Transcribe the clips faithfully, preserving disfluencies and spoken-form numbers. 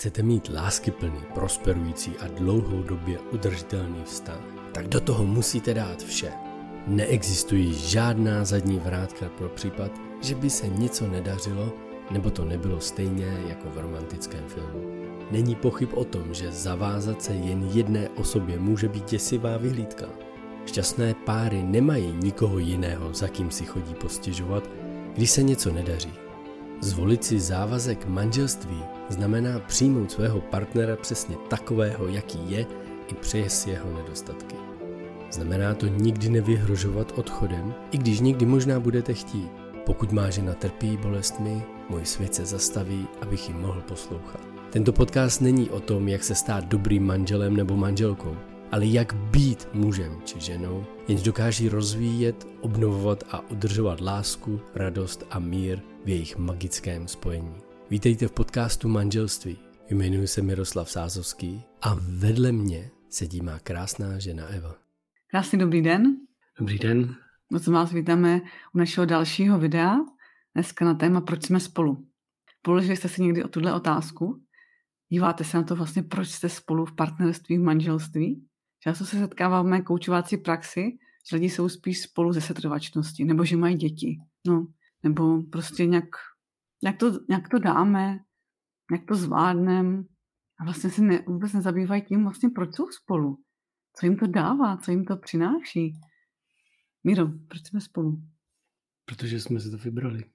Chcete mít láskyplný, prosperující a dlouhodobě udržitelný vztah, tak do toho musíte dát vše. Neexistují žádná zadní vrátka pro případ, že by se něco nedařilo, nebo to nebylo stejně jako v romantickém filmu. Není pochyb o tom, že zavázat se jen jedné osobě může být děsivá vyhlídka. Šťastné páry nemají nikoho jiného, za kým si chodí postěžovat, když se něco nedaří. Zvolit si závazek manželství znamená přijmout svého partnera přesně takového, jaký je, i přes jeho nedostatky. Znamená to nikdy nevyhrožovat odchodem, i když někdy možná budete chtít. Pokud má žena trpí bolestmi, můj svět se zastaví, abych ji mohl poslouchat. Tento podcast není o tom, jak se stát dobrým manželem nebo manželkou, ale jak být mužem či ženou, jenž dokáží rozvíjet, obnovovat a udržovat lásku, radost a mír v jejich magickém spojení. Vítejte v podcastu Manželství. Jmenuji se Miroslav Sázovský a vedle mě sedí má krásná žena Eva. Krásný dobrý den. Dobrý den. Moc vás vítáme u našeho dalšího videa. Dneska na téma Proč jsme spolu. Položili jste si někdy o tuhle otázku? Díváte se na to vlastně, proč jste spolu v partnerství, v manželství? Často se setkáváme v mé koučovací praxi, že lidi jsou spíš spolu ze setrvačnosti, nebo že mají děti. No, nebo prostě nějak, nějak, to, nějak to dáme, nějak to zvládneme a vlastně se ne, vůbec nezabývají tím, vlastně proč jsou spolu. Co jim to dává, co jim to přináší. Miro, proč jsme spolu? Protože jsme si to vybrali.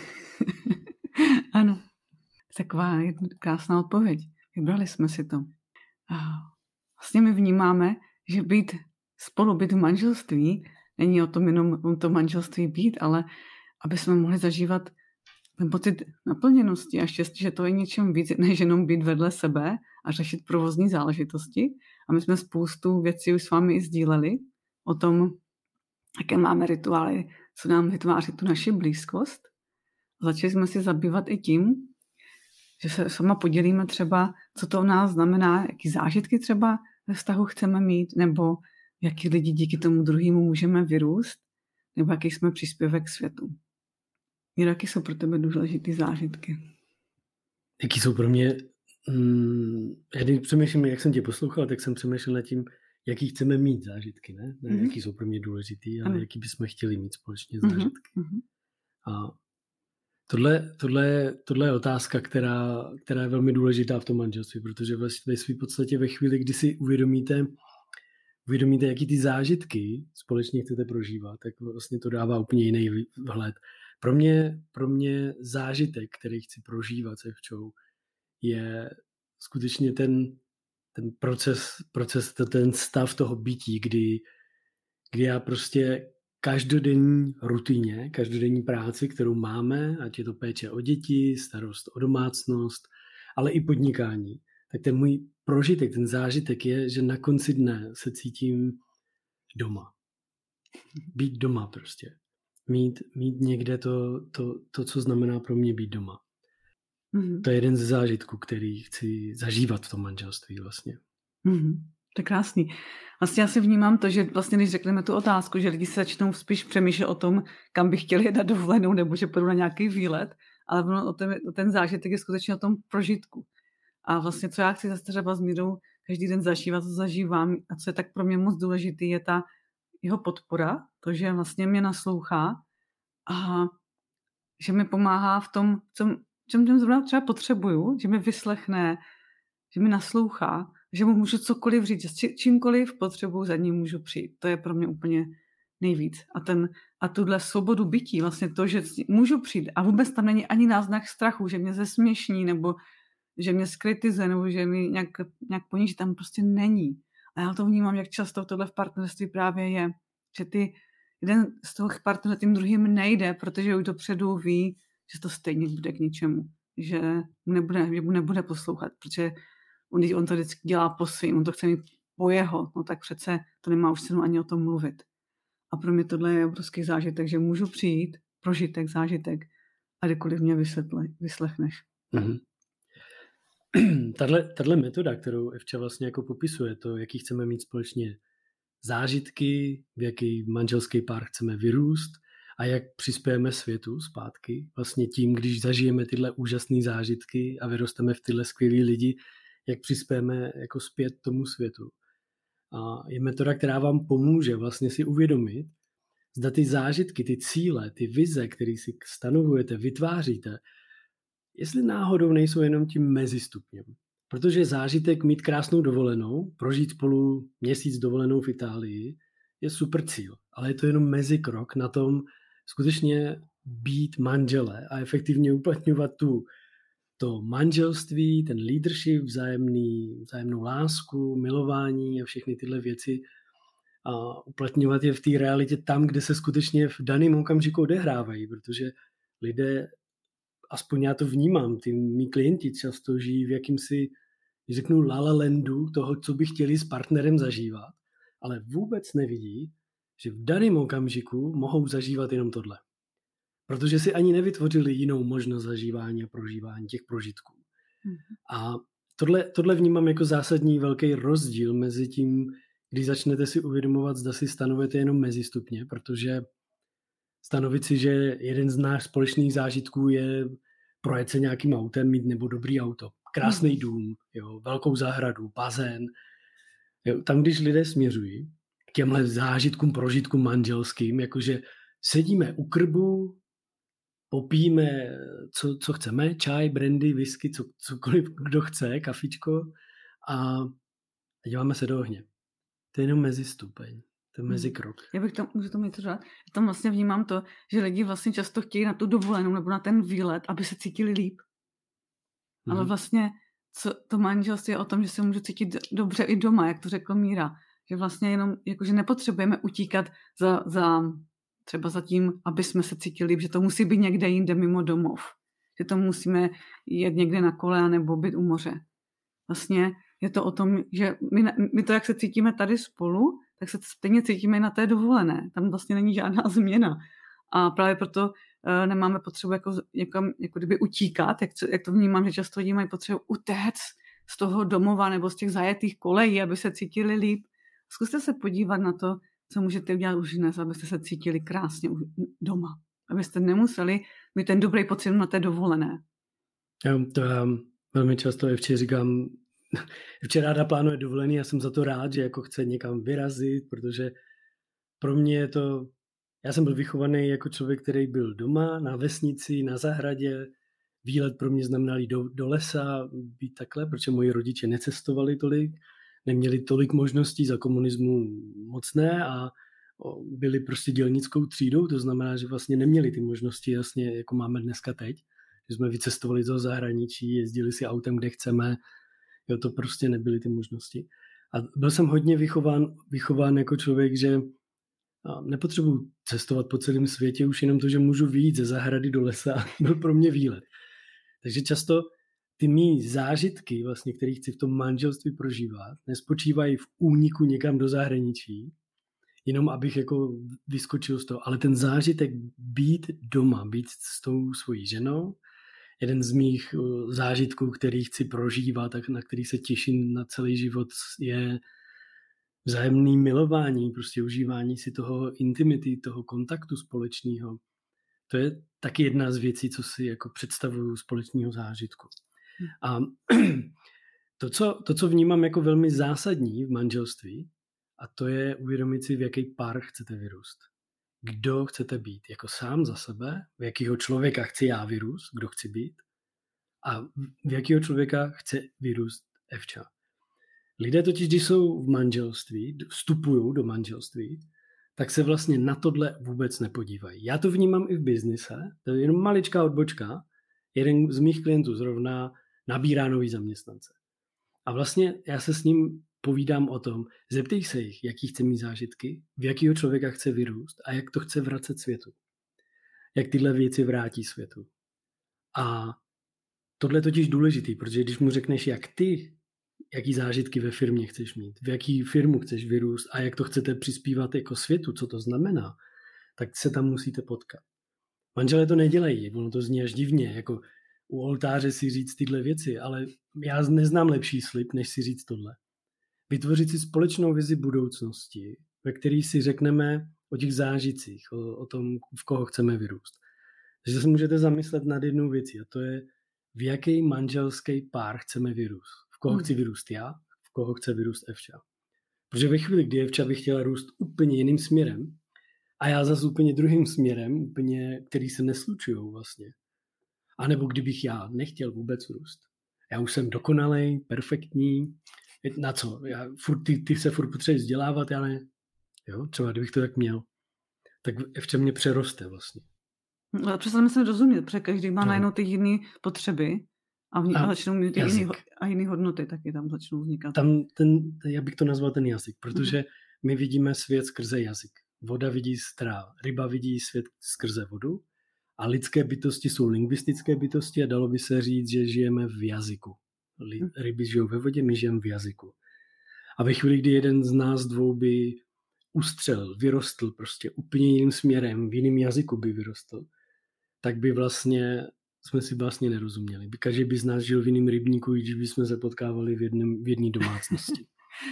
Ano, taková jedna krásná odpověď. Vybrali jsme si to. A vlastně my vnímáme, že být spolu, být v manželství, není o tom jenom o to manželství být, ale aby jsme mohli zažívat ten pocit naplněnosti a štěstí, že to je něčem víc, než jenom být vedle sebe a řešit provozní záležitosti. A my jsme spoustu věcí už s vámi i sdíleli o tom, jaké máme rituály, co nám vytváří tu naši blízkost. Začali jsme si zabývat i tím, že se sama podělíme třeba, co to u nás znamená, jaký zážitky třeba ve vztahu chceme mít, nebo jaký lidi díky tomu druhému můžeme vyrůst, nebo jaký jsme příspěvek světu. Míro, jaký jsou pro tebe důležitý zážitky? Jaký jsou pro mě... Hmm, já když přemýšlím, jak jsem tě poslouchal, tak jsem přemýšlel nad tím, jaký chceme mít zážitky, ne? ne mm-hmm. Jaký jsou pro mě důležitý, ale mm-hmm. jaký bychom chtěli mít společně zážitky. Mm-hmm. A tohle, tohle, tohle je otázka, která, která je velmi důležitá v tom manželství, protože ve své podstatě ve chvíli, kdy si uvědomíte, uvědomíte, jaký ty zážitky společně chcete prožívat, tak vlastně to dává úplně jiný vhled. Pro mě, pro mě zážitek, který chci prožívat se včou, je skutečně ten, ten proces, proces, ten stav toho bytí, kdy, kdy já prostě každodenní rutině, každodenní práci, kterou máme, ať je to péče o děti, starost o domácnost, ale i podnikání, tak ten můj prožitek, ten zážitek je, že na konci dne se cítím doma. Být doma prostě. Mít, mít někde to, to, to, co znamená pro mě být doma. Mm-hmm. To je jeden ze zážitků, který chci zažívat v tom manželství vlastně. Mm-hmm. To je krásný. Vlastně já si vnímám to, že vlastně, když řekneme tu otázku, že lidi se začnou spíš přemýšlet o tom, kam by chtěli jet na dovolenou, nebo že půjdu na nějaký výlet, ale o ten, ten zážitek je skutečně o tom prožitku. A vlastně, co já chci zase třeba s Mírou každý den zažívat, co zažívám a co je tak pro mě moc důležitý, je ta jeho podpora, to, že vlastně mě naslouchá a že mi pomáhá v tom, co, čem zrovna třeba potřebuju, že mi vyslechne, že mi naslouchá, že mu můžu cokoliv říct, že čímkoliv potřebuju, za ním můžu přijít. To je pro mě úplně nejvíc. A, ten, a tuhle svobodu bytí, vlastně to, že můžu přijít a vůbec tam není ani náznak strachu, že mě zesměšní, nebo že mě skritizuje, nebo že mi nějak, nějak poníží, tam prostě není. A já to vnímám, jak často tohle v partnerství právě je, že ty jeden z toho partnerů tím druhým nejde, protože už dopředu ví, že to stejně bude k ničemu, že mu nebude, že mu nebude poslouchat, protože on, on to vždycky dělá po svým, on to chce mít po jeho, no tak přece to nemá už cenu ani o tom mluvit. A pro mě tohle je obrovský zážitek, že můžu přijít, prožitek, zážitek a kdykoliv mě vysvětle, vyslechneš. Mm-hmm. Tahle, tahle metoda, kterou Evča vlastně jako popisuje, to, jaký chceme mít společně zážitky, v jaký manželský pár chceme vyrůst a jak přispějeme světu zpátky, vlastně tím, když zažijeme tyhle úžasné zážitky a vyrosteme v tyhle skvělý lidi, jak přispějeme jako zpět tomu světu. A je metoda, která vám pomůže vlastně si uvědomit, zda ty zážitky, ty cíle, ty vize, které si stanovujete, vytváříte, jestli náhodou nejsou jenom tím mezistupněm. Protože zážitek mít krásnou dovolenou, prožít spolu měsíc dovolenou v Itálii, je super cíl, ale je to jenom mezikrok na tom skutečně být manžele a efektivně uplatňovat tu, to manželství, ten leadership, vzájemný, vzájemnou lásku, milování a všechny tyhle věci a uplatňovat je v té realitě tam, kde se skutečně v daném okamžiku odehrávají, protože lidé, aspoň já to vnímám, ty mý klienti často žijí v jakýmsi, když řeknu la la landu toho, co by chtěli s partnerem zažívat, ale vůbec nevidí, že v daném okamžiku mohou zažívat jenom tohle. Protože si ani nevytvořili jinou možnost zažívání a prožívání těch prožitků. Mm. A tohle, tohle vnímám jako zásadní velký rozdíl mezi tím, když začnete si uvědomovat, zda si stanovujete jenom mezistupně, protože stanovit si, že jeden z náš společných zážitků je projet se nějakým autem, mít nebo dobrý auto, krásný dům, jo, velkou zahradu, bazén. Jo, tam, když lidé směřují k těmhle zážitkům, prožitkům manželským, jakože sedíme u krbu, popijeme, co, co chceme, čaj, brandy, whisky, co, cokoliv, kdo chce, kafičko a díváme se do ohně. To je jenom mezistupeň, to je mezikrok. Já bych tam, můžu tomu něco říct? Já tam vlastně vnímám to, že lidi vlastně často chtějí na tu dovolenou nebo na ten výlet, aby se cítili líp. Hmm. Ale vlastně co, to manželství je o tom, že se můžu cítit dobře i doma, jak to řekl Míra. Že vlastně jenom, jakože nepotřebujeme utíkat za, za třeba za tím, aby jsme se cítili líp, že to musí být někde jinde mimo domov. Že to musíme jet někde na kole nebo být u moře. Vlastně je to o tom, že my, my to, jak se cítíme tady spolu, tak se stejně cítíme i na té dovolené. Tam vlastně není žádná změna. A právě proto uh, nemáme potřebu jako, jako, jako kdyby utíkat, jak, jak to vnímám, že často lidi mají potřebu utéct z toho domova nebo z těch zajetých kolejí, aby se cítili líp. Zkuste se podívat na to, co můžete udělat už dnes, abyste se cítili krásně doma. Abyste nemuseli mít ten dobrý pocit na té dovolené. Já to já velmi často ještě říkám, včera ráda plánuje dovolený, já jsem za to rád, že jako chce někam vyrazit, protože pro mě je to, já jsem byl vychovaný jako člověk, který byl doma, na vesnici, na zahradě, výlet pro mě znamenal jít do, do lesa, být takhle, protože moji rodiče necestovali tolik, neměli tolik možností za komunismu moc ne a byli prostě dělnickou třídou, to znamená, že vlastně neměli ty možnosti jasně, jako máme dneska teď, že jsme vycestovali do zahraničí, jezdili si autem, kde chceme, jo, to prostě nebyly ty možnosti. A byl jsem hodně vychován, vychován jako člověk, že nepotřebuji cestovat po celém světě, už jenom to, že můžu vyjít ze zahrady do lesa, byl pro mě výlet. Takže často ty mý zážitky, vlastně, které chci v tom manželství prožívat, nespočívají v úniku někam do zahraničí, jenom abych jako vyskočil z toho, ale ten zážitek být doma, být s tou svojí ženou, jeden z mých zážitků, který chci prožívat a na který se těším na celý život, je vzájemné milování, prostě užívání si toho intimity, toho kontaktu společného. To je taky jedna z věcí, co si jako představuju společného zážitku. A to co, to, co vnímám jako velmi zásadní v manželství, a to je uvědomit si, v jaký pár chcete vyrůst. Kdo chcete být, jako sám za sebe, v jakého člověka chci já vyrůst, kdo chci být, a v jakého člověka chce vyrůst Evča. Lidé totiž, když jsou v manželství, vstupují do manželství, tak se vlastně na tohle vůbec nepodívají. Já to vnímám i v biznise, to je jenom maličká odbočka, jeden z mých klientů zrovna nabírá nový zaměstnance. A vlastně já se s ním povídám o tom, zeptej se jich, jaký chce mít zážitky, v jakého člověka chce vyrůst a jak to chce vracet světu. Jak tyhle věci vrátí světu. A tohle je totiž důležitý, protože když mu řekneš, jak ty, jaký zážitky ve firmě chceš mít, v jaký firmu chceš vyrůst a jak to chcete přispívat jako světu, co to znamená, tak se tam musíte potkat. Manželé to nedělají, ono to zní až divně, jako u oltáře si říct tyhle věci, ale já neznám lepší slib, než si říct tohle. Vytvořit si společnou vizi budoucnosti, ve které si řekneme, o těch zážitcích, o, o tom, v koho chceme vyrůst. Takže se můžete zamyslet nad jednou věcí a to je, v jaký manželský pár chceme vyrůst. V koho hmm. chci vyrůst já, v koho chce vyrůst Evča. Protože ve chvíli, kdy Evča by chtěla růst úplně jiným směrem a já zase úplně druhým směrem, úplně, který se neslučujou vlastně. A nebo kdybych já nechtěl vůbec růst. Já už jsem dokonalej, perfektní, na co? Já, furt, ty, ty se furt potřebuješ vzdělávat, já ne. Jo? Třeba kdybych to tak měl, tak Evča mě přeroste vlastně. No, přesně se rozumět, protože každý má no. najednou ty jiné potřeby a, v ní, a začnou mít jiný, a jiný hodnoty, taky tam začnou vznikat. Tam ten, já bych to nazval ten jazyk, protože mm. my vidíme svět skrze jazyk. Voda vidí stráv, ryba vidí svět skrze vodu a lidské bytosti jsou lingvistické bytosti a dalo by se říct, že žijeme v jazyku. Ryby žijou ve vodě, my žijeme v jazyku. A ve chvíli, kdy jeden z nás dvou by ustřel, vyrostl prostě úplně jiným směrem, v jiném jazyku by vyrostl, tak by vlastně jsme si vlastně nerozuměli. Každý by z nás žil v jiném rybníku, když bychom se potkávali v jedné v jedné domácnosti.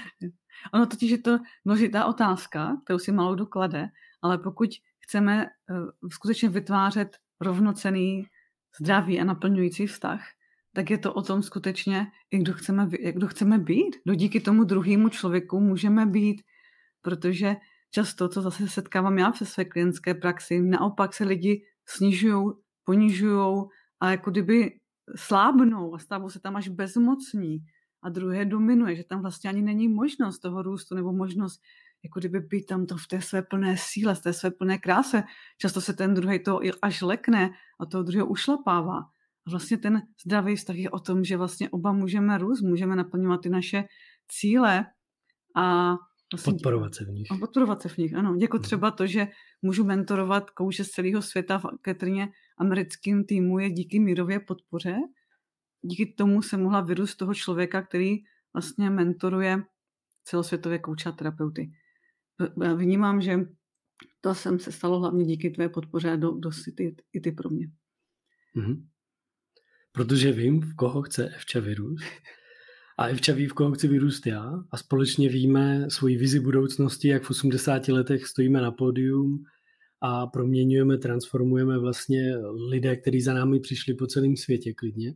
Ono totiž je to důležitá otázka, kterou si malou doklade, ale pokud chceme uh, skutečně vytvářet rovnocenný, zdravý a naplňující vztah, tak je to o tom skutečně, jak kdo chceme, jak kdo chceme být. No díky tomu druhému člověku můžeme být, protože často, co zase setkávám já přes své klientské praxi, naopak se lidi snižují, ponižují a jako kdyby slábnou a stávají se tam až bezmocní a druhé dominuje, že tam vlastně ani není možnost toho růstu nebo možnost jako kdyby být tam to v té své plné síle, v té své plné kráse. Často se ten druhý to až lekne a toho druhého ušlapává. A vlastně ten zdravý vztah je o tom, že vlastně oba můžeme růst, můžeme naplňovat ty naše cíle a vlastně podporovat se v nich. A podporovat se v nich, ano. Jako třeba to, že můžu mentorovat kouče z celého světa v Ketrně americkým týmu je díky mírově podpoře. Díky tomu se mohla vyrůst toho člověka, který vlastně mentoruje celosvětové kouče a terapeuty. Já vnímám, že to jsem se stalo hlavně díky tvé podpoře a do, do ty, i ty pro mě. Mm-hmm. Protože vím, v koho chce Evča vyrůst. A Evča ví, v koho chci vyrůst já. A společně víme svoji vizi budoucnosti, jak v osmdesáti letech stojíme na pódium a proměňujeme, transformujeme vlastně lidé, kteří za námi přišli po celém světě klidně.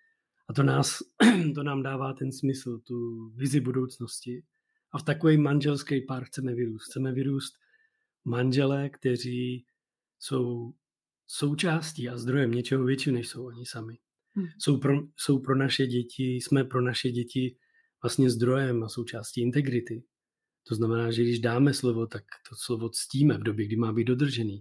A to, nás, to nám dává ten smysl, tu vizi budoucnosti. A v takový manželský pár chceme vyrůst. Chceme vyrůst manželé, kteří jsou součástí a zdrojem něčeho většího, než jsou oni sami. Hmm. Jsou, pro, jsou pro naše děti, jsme pro naše děti vlastně zdrojem a součástí integrity. To znamená, že když dáme slovo, tak to slovo ctíme v době, kdy má být dodržený.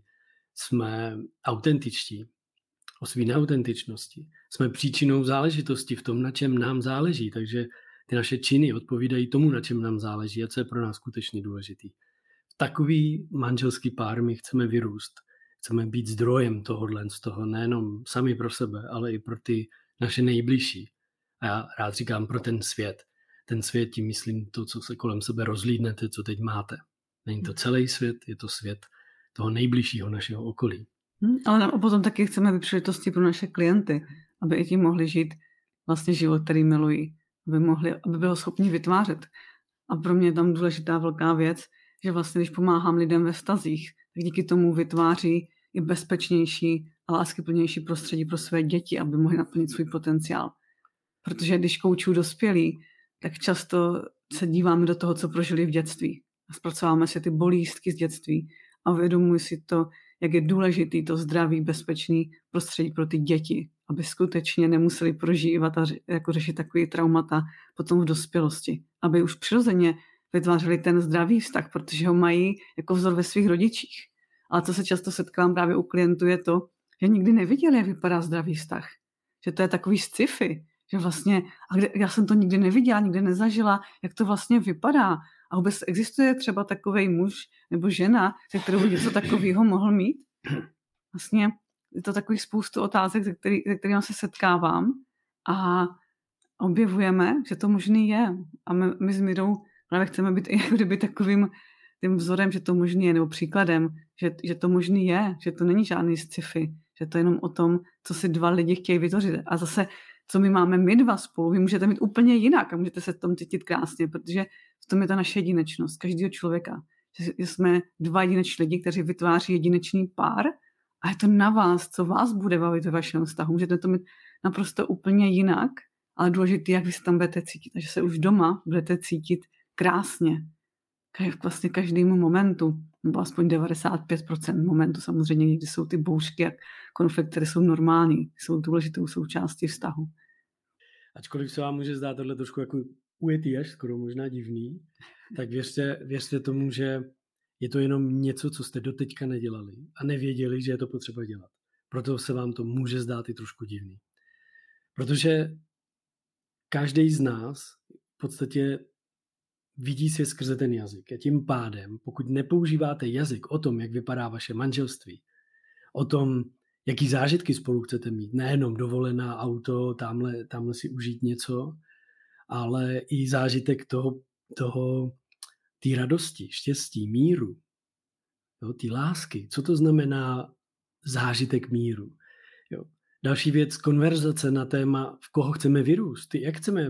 Jsme autentičtí o své neautentičnosti. Jsme příčinou záležitosti v tom, na čem nám záleží, takže ty naše činy odpovídají tomu, na čem nám záleží a co je pro nás skutečně důležitý. V takový manželský pár my chceme vyrůst. Chceme být zdrojem tohohle, z toho nejenom sami pro sebe, ale i pro ty naše nejbližší. A já rád říkám pro ten svět. Ten svět, tím myslím to, co se kolem sebe rozlídnete, co teď máte. Není to celý svět, je to svět toho nejbližšího našeho okolí. Hmm, ale potom taky chceme být příležitosti pro naše klienty, aby i ti mohli žít vlastně život, který milují, aby, mohli, aby bylo schopni vytvářet. A pro mě je tam důležitá velká věc, že vlastně, když pomáhám lidem ve vztazích, tak díky tomu vytváří i bezpečnější a láskyplnější prostředí pro své děti, aby mohli naplnit svůj potenciál. Protože když koučuju dospělí, tak často se díváme do toho, co prožili v dětství. A zpracováme si ty bolístky z dětství a uvědomuji si to, jak je důležitý to zdravý, bezpečný prostředí pro ty děti, aby skutečně nemuseli prožívat a jako řešit takový traumata potom v dospělosti. Aby už přirozeně vytvářeli ten zdravý vztah, protože ho mají jako vzor ve svých rodičích. Ale co se často setkám právě u klientů je to, že nikdy neviděli, jak vypadá zdravý vztah. Že to je takový sci-fi, že vlastně, a kde, já jsem to nikdy neviděla, nikdy nezažila, jak to vlastně vypadá. A vůbec existuje třeba takovej muž nebo žena, se kterou by něco takového mohl mít? Vlastně je to takových spoustu otázek, se, který, se kterými se setkávám a objevujeme, že to možný je. A my, my s Mirou právě chceme být i jako kdyby takovým tím vzorem, že to možný je, nebo příkladem, že, že to možný je, že to není žádný sci-fi, že to je jenom o tom, co si dva lidi chtějí vytvořit. A zase, co my máme my dva spolu, vy můžete mít úplně jinak a můžete se v tom cítit krásně, protože v tom je ta naše jedinečnost každého člověka. že jsme dva jedineční lidi, kteří vytváří jedinečný pár a je to na vás, co vás bude bavit ve vašem vztahu. Můžete to mít naprosto úplně jinak, ale důležité, jak vy se tam budete cítit. A že se už doma budete cítit krásně. Vlastně každému momentu, nebo aspoň devadesát pět procent momentu. Samozřejmě někdy jsou ty bouřky a konflikty, které jsou normální, jsou důležitou součástí vztahu. Ačkoliv se vám může zdát tohle trošku jako ujetý až, skoro možná divný, tak věřte, věřte tomu, že je to jenom něco, co jste doteďka nedělali a nevěděli, že je to potřeba dělat. Proto se vám to může zdát i trošku divný. Protože každý z nás v podstatě vidí svět skrze ten jazyk. A tím pádem, pokud nepoužíváte jazyk o tom, jak vypadá vaše manželství, o tom, jaký zážitky spolu chcete mít, nejenom dovolená, auto, tamhle, tamhle si užít něco, ale i zážitek toho, toho té radosti, štěstí, míru, té lásky. Co to znamená zážitek míru? Jo. Další věc, konverzace na téma, v koho chceme vyrůst, jak chceme,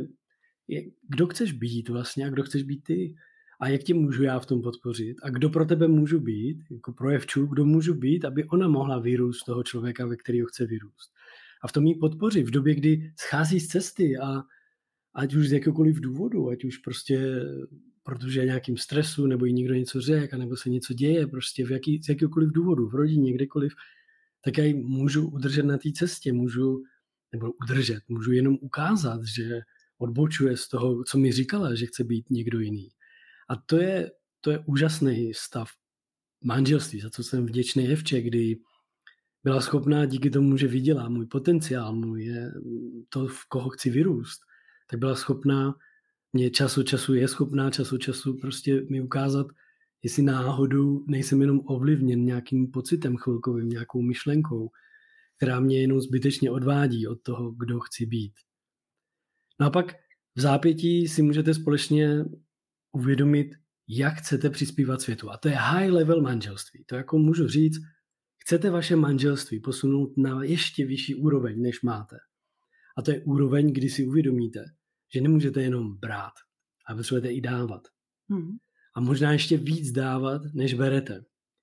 kdo chceš být vlastně a kdo chceš být ty a jak tě můžu já v tom podpořit a kdo pro tebe můžu být, jako projevčů, kdo můžu být, aby ona mohla vyrůst toho člověka, ve kterého chce vyrůst. A v tom jí podpořit v době, kdy schází z cesty a ať už z jakéhokoliv důvodu, ať už prostě protože je nějakým stresu, nebo jí někdo něco řekl, nebo se něco děje, prostě v jaký, z jakýkoliv důvodu, v rodině, kdekoliv, tak já ji můžu udržet na té cestě, můžu, nebo udržet, můžu jenom ukázat, že odbočuje z toho, co mi říkala, že chce být někdo jiný. A to je, to je úžasný stav manželství, za co jsem vděčný Evče, kdy byla schopná díky tomu, že viděla můj potenciál, můj je to, v koho chci vyrůst, tak byla schopná mě čas od času je schopná čas od času prostě mi ukázat, jestli náhodou nejsem jenom ovlivněn nějakým pocitem chvilkovým, nějakou myšlenkou, která mě jenom zbytečně odvádí od toho, kdo chci být. No a pak v zápětí si můžete společně uvědomit, jak chcete přispívat světu. A to je high level manželství. To jako můžu říct, chcete vaše manželství posunout na ještě vyšší úroveň, než máte. A to je úroveň, kdy si uvědomíte, že nemůžete jenom brát, ale potřebujete i dávat. Hmm. A možná ještě víc dávat, než berete.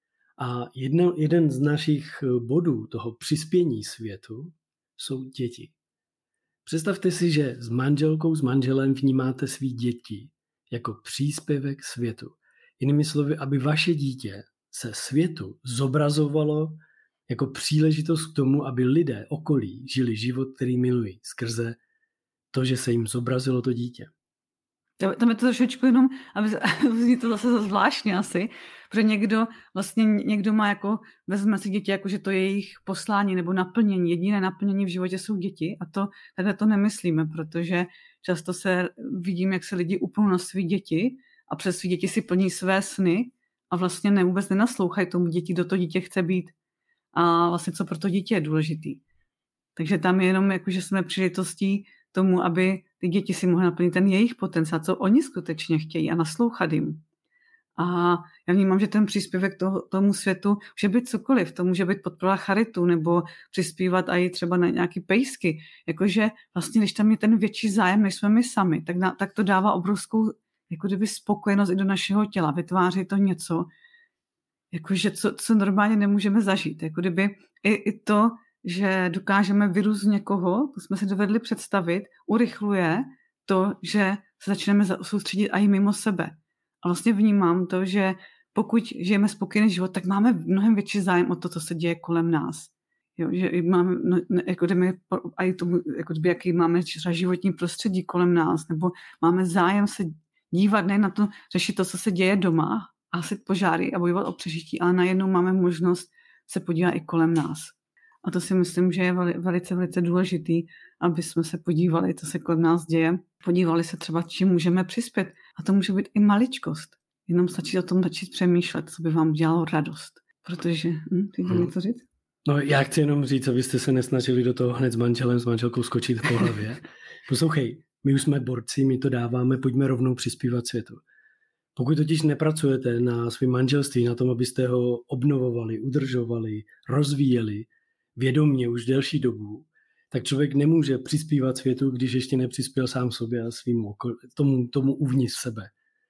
A jedno, jeden z našich bodů toho přispění světu jsou děti. Představte si, že s manželkou, s manželem vnímáte svý děti jako příspěvek světu. Jinými slovy, aby vaše dítě se světu zobrazovalo jako příležitost k tomu, aby lidé okolí žili život, který milují, skrze to, že se jim zobrazilo to dítě. Tam je to trošičku jenom, aby zní to zase zvláštně asi, protože někdo vlastně někdo má jako, vezme si děti, jako že to je jejich poslání nebo naplnění. Jediné naplnění v životě jsou děti a to takhle to nemyslíme, protože často se vidím, jak se lidi upnou na svý děti a přes svý děti si plní své sny a vlastně ne, vůbec nenaslouchají tomu děti, do to dítě chce být a vlastně co pro to dítě je důležitý. Takže tam je jenom jako, že jsme příležitostí tomu, aby ty děti si mohly naplnit ten jejich potenciál, co oni skutečně chtějí a naslouchat jim. A já vnímám, že ten příspěvek toho, tomu světu může být cokoliv. To může být podpora charitu nebo přispívat i třeba na nějaký pejsky. Jakože vlastně, když tam je ten větší zájem, než jsme my sami, tak, na, tak to dává obrovskou jako kdyby spokojenost i do našeho těla. Vytváří to něco, jakože co, co normálně nemůžeme zažít. Jako kdyby i, i to, že dokážeme vyrůst z někoho, to jsme si dovedli představit, urychluje to, že se začneme soustředit i mimo sebe. A vlastně vnímám to, že pokud žijeme spokojený život, tak máme mnohem větší zájem o to, co se děje kolem nás. Jo, že máme, no, jako jdeme, a i tomu, jako kdyby, jaký máme třeba životní prostředí kolem nás, nebo máme zájem se dívat ne na to, řešit to, co se děje doma, a hasit požáry a bojovat o přežití, ale najednou máme možnost se podívat i kolem nás. A to si myslím, že je velice, velice důležitý, aby jsme se podívali, co se kolem nás děje. Podívali se třeba, čím můžeme přispět. A to může být i maličkost. Jenom stačí o tom začít přemýšlet, co by vám udělalo radost. Protože, hm, ty jde něco říct? No já chci jenom říct, abyste se nesnažili do toho hned s manželem, s manželkou skočit po hlavě. Poslouchej, my už jsme borci, my to dáváme, pojďme rovnou přispívat světu. Pokud totiž nepracujete na svém manželství, na tom, abyste ho obnovovali, udržovali, rozvíjeli, vědomě už delší dobu, tak člověk nemůže přispívat světu, když ještě nepřispěl sám sobě a svým okol, tomu, tomu uvnitř sebe.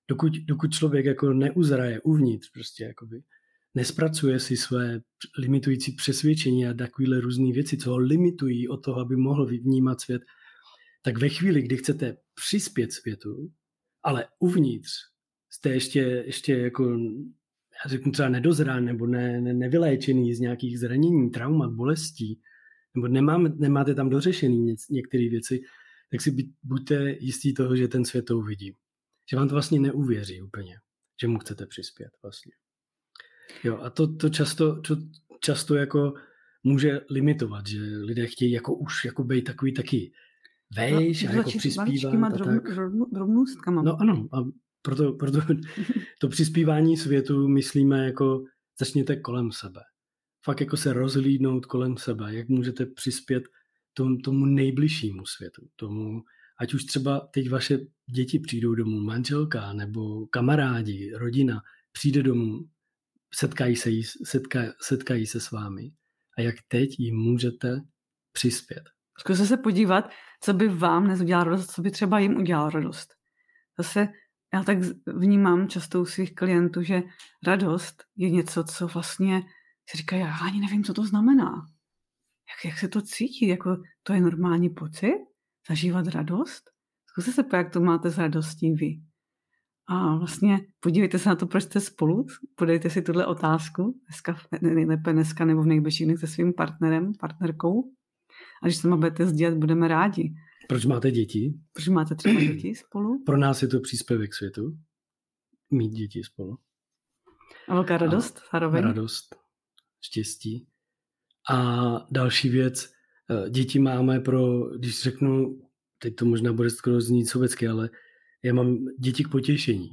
dokud, dokud člověk jako neuzraje uvnitř, prostě jakoby nespracuje si své limitující přesvědčení a takovéhle různé věci, co ho limitují od toho, aby mohl vnímat svět, tak ve chvíli, kdy chcete přispět světu, ale uvnitř jste ještě, ještě jako, já řeknu třeba nedozrán nebo ne, ne, nevyléčený z nějakých zranění, traumat, bolestí, nebo nemáme, nemáte tam dořešený některé věci, tak si buďte jistí toho, že ten svět to uvidí. Že vám to vlastně neuvěří úplně, že mu chcete přispět vlastně. Jo, a to, to často, to často jako může limitovat, že lidé chtějí jako už jako být takový taky vejš no, a jako přispívat a tak. Drobnůstkama. No ano, a proto, proto to přispívání světu myslíme jako začněte kolem sebe. Fakt jako se rozhlídnout kolem sebe, jak můžete přispět tomu, tomu nejbližšímu světu. Tomu, ať už třeba teď vaše děti přijdou domů, manželka nebo kamarádi, rodina přijde domů, setkají se, setka, setkají se s vámi a jak teď jim můžete přispět. Zkuste se podívat, co by vám neudělalo radost, co by třeba jim udělalo radost. Zase já tak vnímám často u svých klientů, že radost je něco, co vlastně si říká, já ani nevím, co to znamená. Jak, jak se to cítí? Jako, to je normální pocit? Zažívat radost? Zkuste se podívat, jak to máte s radostí vy. A vlastně podívejte se na to, proč jste spolu, podejte si tuhle otázku, dneska, nejlépe dneska nebo v nejbližších dnech se svým partnerem, partnerkou. A když se ma budete sdílet, budeme rádi. Proč máte děti? Proč máte třeba děti spolu? Pro nás je to příspěvek světu. Mít děti spolu. A velká radost? A radost, štěstí. A další věc, děti máme pro, když řeknu, teď to možná bude skoro znít sovětsky, ale já mám děti k potěšení.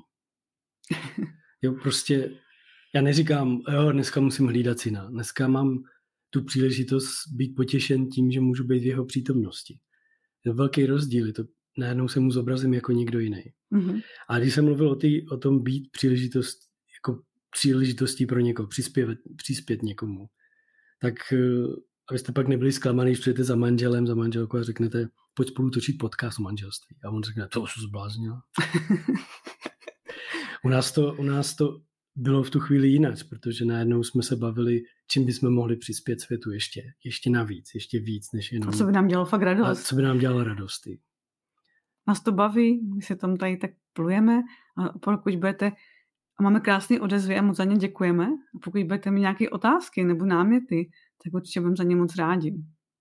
Jo, prostě já neříkám, jo, dneska musím hlídat syna. Dneska mám tu příležitost být potěšen tím, že můžu být v jeho přítomnosti. Je velký rozdíl, je to, najednou se mu zobrazím jako někdo jiný. Mm-hmm. A když jsem mluvil o, tý, o tom být příležitost, jako příležitostí pro někoho, přispět, přispět někomu, tak abyste pak nebyli zklamaný, když přijete za manželem, za manželkou a řeknete, pojď spolu točit podcast o manželství. A on řekne, to jsem zbláznil. u, nás to, u nás to bylo v tu chvíli jinak, protože najednou jsme se bavili, čím bychom mohli přispět světu ještě, ještě navíc, ještě víc, než jenom... A co by nám dělalo fakt radost. A co by nám dělalo radosti. Nás to baví, my se tam tady tak plujeme a pokud budete, a máme krásné odezvy a moc za ně děkujeme, a pokud budete mít nějaké otázky nebo náměty, tak určitě budeme za ně moc rádi.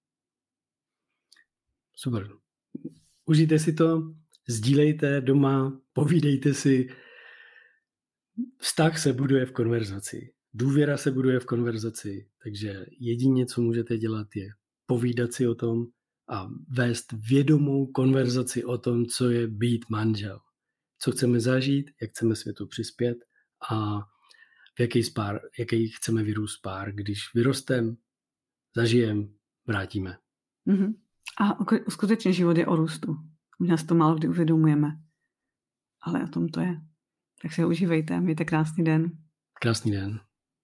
Super. Užijte si to, sdílejte doma, povídejte si. Vztah se buduje v konverzaci. Důvěra se buduje v konverzaci. Takže jedině, co můžete dělat, je povídat si o tom a vést vědomou konverzaci o tom, co je být manžel. Co chceme zažít, jak chceme světu přispět a v jaký, spár, jaký chceme vyrůst pár. Když vyrostem, zažijem, vrátíme. Mm-hmm. A skutečně život je o růstu. My nás to málo kdy uvědomujeme. Ale o tom to je. Tak se užívejte. Mějte krásný den. Krásný den.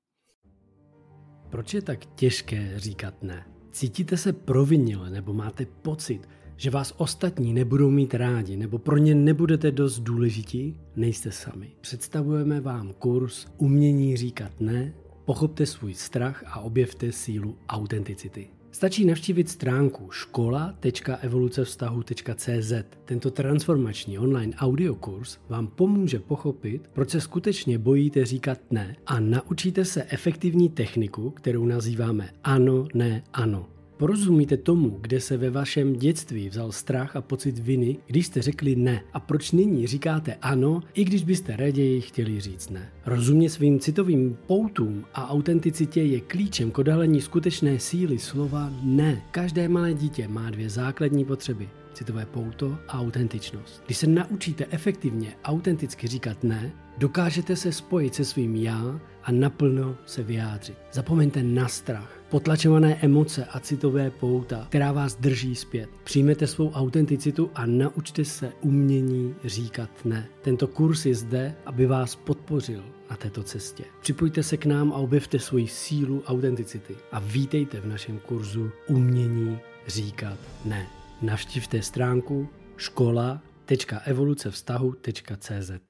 Proč je tak těžké říkat ne? Cítíte se provinile nebo máte pocit, že vás ostatní nebudou mít rádi nebo pro ně nebudete dost důležití? Nejste sami. Představujeme vám kurz Umění říkat ne, pochopte svůj strach a objevte sílu autenticity. Stačí navštívit stránku škola tečka evoluce vztahu tečka cé zet. Tento transformační online audiokurs vám pomůže pochopit, proč se skutečně bojíte říkat ne a naučíte se efektivní techniku, kterou nazýváme ano, ne, ano. Porozumíte tomu, kde se ve vašem dětství vzal strach a pocit viny, když jste řekli ne a proč nyní říkáte ano, i když byste raději chtěli říct ne. Rozumět svým citovým poutům a autenticitě je klíčem k odhalení skutečné síly slova ne. Každé malé dítě má dvě základní potřeby. Citové pouto a autentičnost. Když se naučíte efektivně autenticky říkat ne, dokážete se spojit se svým já a naplno se vyjádřit. Zapomeňte na strach, potlačované emoce a citové pouta, která vás drží zpět. Přijměte svou autenticitu a naučte se umění říkat ne. Tento kurz je zde, aby vás podpořil na této cestě. Připojte se k nám a objevte svoji sílu autenticity a vítejte v našem kurzu Umění říkat ne. Navštivte stránku škola tečka evoluce vztahu tečka cé zet.